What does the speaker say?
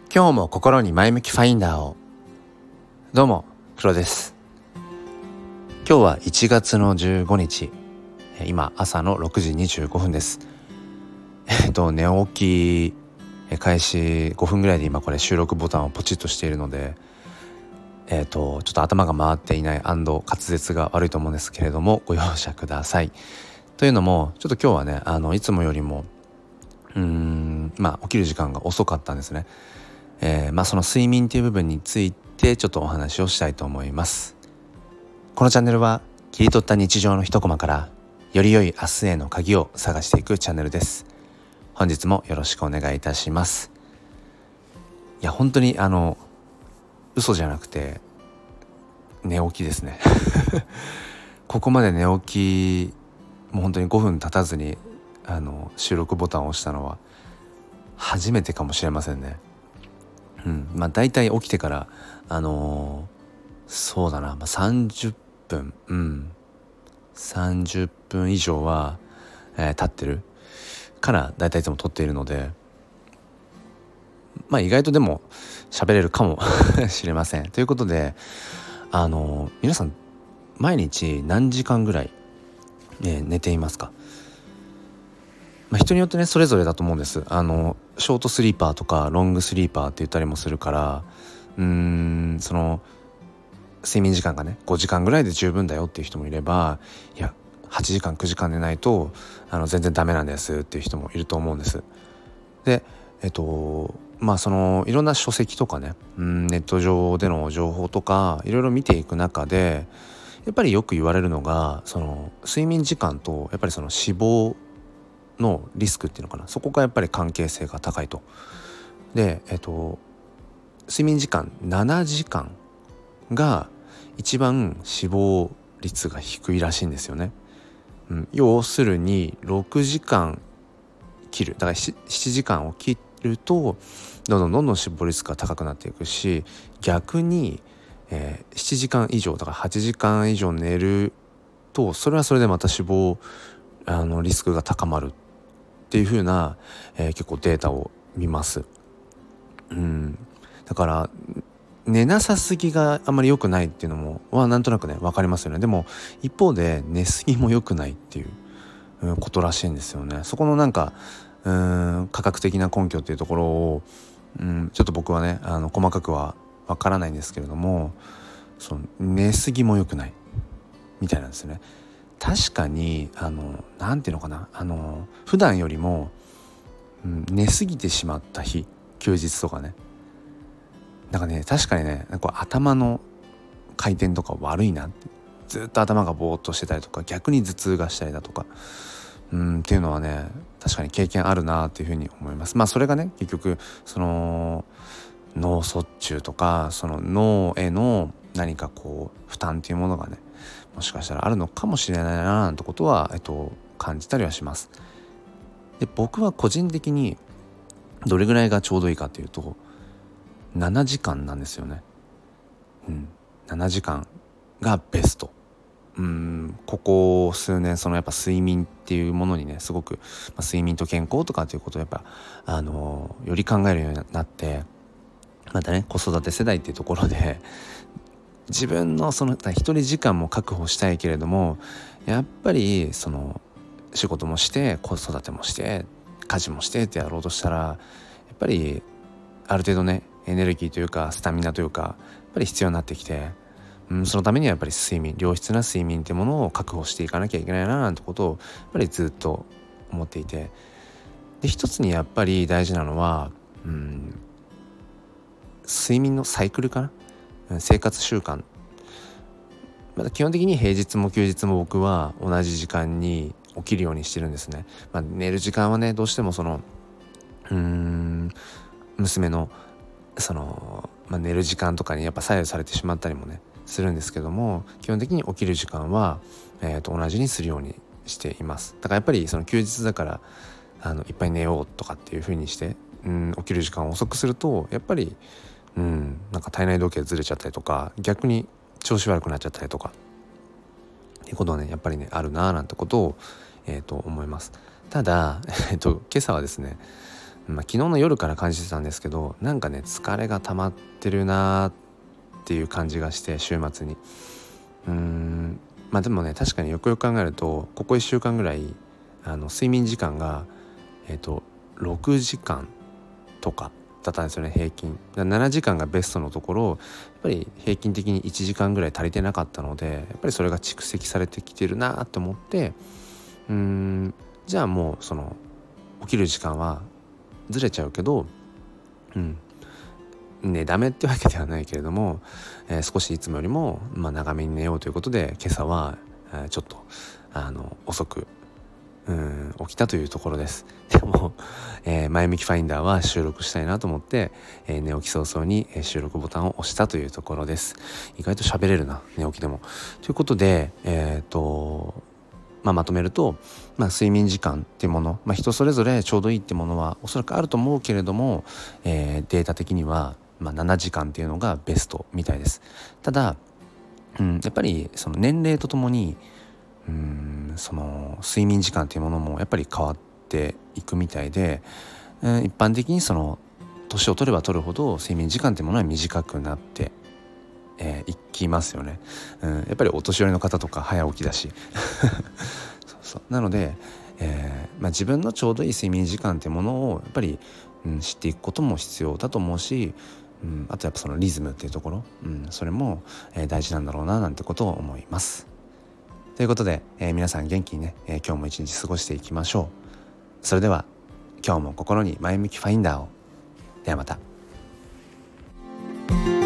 今日も心に前向きファインダーを。どうも黒です。今日は1月の15日、今朝の6時25分です。寝起き開始5分ぐらいで今これ収録ボタンをポチッとしているので、ちょっと頭が回っていない&滑舌が悪いと思うんですけれども、ご容赦ください。というのもちょっと今日はねいつもよりも起きる時間が遅かったんですね。その睡眠という部分についてちょっとお話をしたいと思います。このチャンネルは切り取った日常の一コマからより良い明日への鍵を探していくチャンネルです。本日もよろしくお願いいたします。いや本当に嘘じゃなくて寝起きですねここまで寝起きもう本当に5分経たずに収録ボタンを押したのは初めてかもしれませんね。だいたい起きてからそうだな、30分以上は、経ってるからだいたいいつも撮っているので、意外とでも喋れるかもしれません。ということで皆さん毎日何時間ぐらい、寝ていますか？人によってねそれぞれだと思うんです。ショートスリーパーとかロングスリーパーって言ったりもするから、その睡眠時間がね5時間ぐらいで十分だよっていう人もいれば、いや8時間9時間寝ないと全然ダメなんですっていう人もいると思うんです。でそのいろんな書籍とかね、ネット上での情報とかいろいろ見ていく中でやっぱりよく言われるのが、その睡眠時間とやっぱりその死亡のリスクっていうのかな、そこがやっぱり関係性が高いと。で睡眠時間7時間が一番死亡率が低いらしいんですよね。要するに6時間切る、だから7時間を切るとどんどん死亡率が高くなっていくし、逆に、7時間以上だから8時間以上寝るとそれはそれでまた死亡リスクが高まるっていう風な、結構データを見ます。だから寝なさすぎがあんまり良くないっていうのもなんとなくね分かりますよね。でも一方で寝すぎも良くないっていうことらしいんですよね。そこの科学的な根拠っていうところをちょっと僕はね細かくは分からないんですけれども、その寝すぎも良くないみたいなんですよね。確かになんていうのかな、普段よりも、寝すぎてしまった日、休日とかね、確かにね頭の回転とか悪いなって、ずっと頭がぼーっとしてたりとか逆に頭痛がしたりだとかっていうのはね確かに経験あるなっていうふうに思います。それがね結局その脳卒中とかその脳への何か負担っていうものがねもしかしたらあるのかもしれないななんてことは、感じたりはします。で僕は個人的にどれぐらいがちょうどいいかっていうと7時間なんですよね。7時間がベスト。ここ数年やっぱ睡眠っていうものにねすごく、睡眠と健康とかっていうことをやっぱより考えるようになって、またね子育て世代っていうところで自分のその一人時間も確保したいけれども、やっぱりその仕事もして子育てもして家事もしてってやろうとしたらやっぱりある程度ねエネルギーというかスタミナというかやっぱり必要になってきて、そのためにはやっぱり良質な睡眠ってものを確保していかなきゃいけないななんてことをやっぱりずっと思っていて、で一つにやっぱり大事なのは睡眠のサイクルかな。生活習慣、基本的に平日も休日も僕は同じ時間に起きるようにしてるんですね。寝る時間はねどうしてもその娘の寝る時間とかにやっぱ左右されてしまったりもねするんですけども、基本的に起きる時間は、同じにするようにしています。だからやっぱりその休日だからいっぱい寝ようとかっていう風にして起きる時間を遅くするとやっぱり体内時計ずれちゃったりとか逆に調子悪くなっちゃったりとかっていうことはねやっぱりねあるななんてことを、思います。ただ、今朝はですね昨日の夜から感じてたんですけど、なんかね疲れが溜まってるなっていう感じがして、週末にでもね、確かによくよく考えるとここ1週間ぐらい睡眠時間が6時間とかだったんですよね、平均。7時間がベストのところ、やっぱり平均的に1時間ぐらい足りてなかったので、やっぱりそれが蓄積されてきてるなと思って、じゃあもうその起きる時間はずれちゃうけど、ダメってわけではないけれども、少しいつもよりも長めに寝ようということで、今朝はちょっと遅く起きたというところです。でも、前向きファインダーは収録したいなと思って、寝起き早々に収録ボタンを押したというところです。意外と喋れるな、寝起きでも。ということで、まとめると、睡眠時間っていうもの、人それぞれちょうどいいってものはおそらくあると思うけれども、データ的には、7時間っていうのがベストみたいです。ただ、やっぱりその年齢とともにその睡眠時間っていうものもやっぱり変わっていくみたいで、一般的にその年を取れば取るほど睡眠時間っていうものは短くなっていきますよね。やっぱりお年寄りの方とか早起きだしそうなので、自分のちょうどいい睡眠時間っていうものをやっぱり、知っていくことも必要だと思うし、あとやっぱそのリズムっていうところ、それも、大事なんだろうななんてことを思います。ということで、皆さん元気にね、今日も一日過ごしていきましょう。それでは今日も心に前向きファインダーを。ではまた。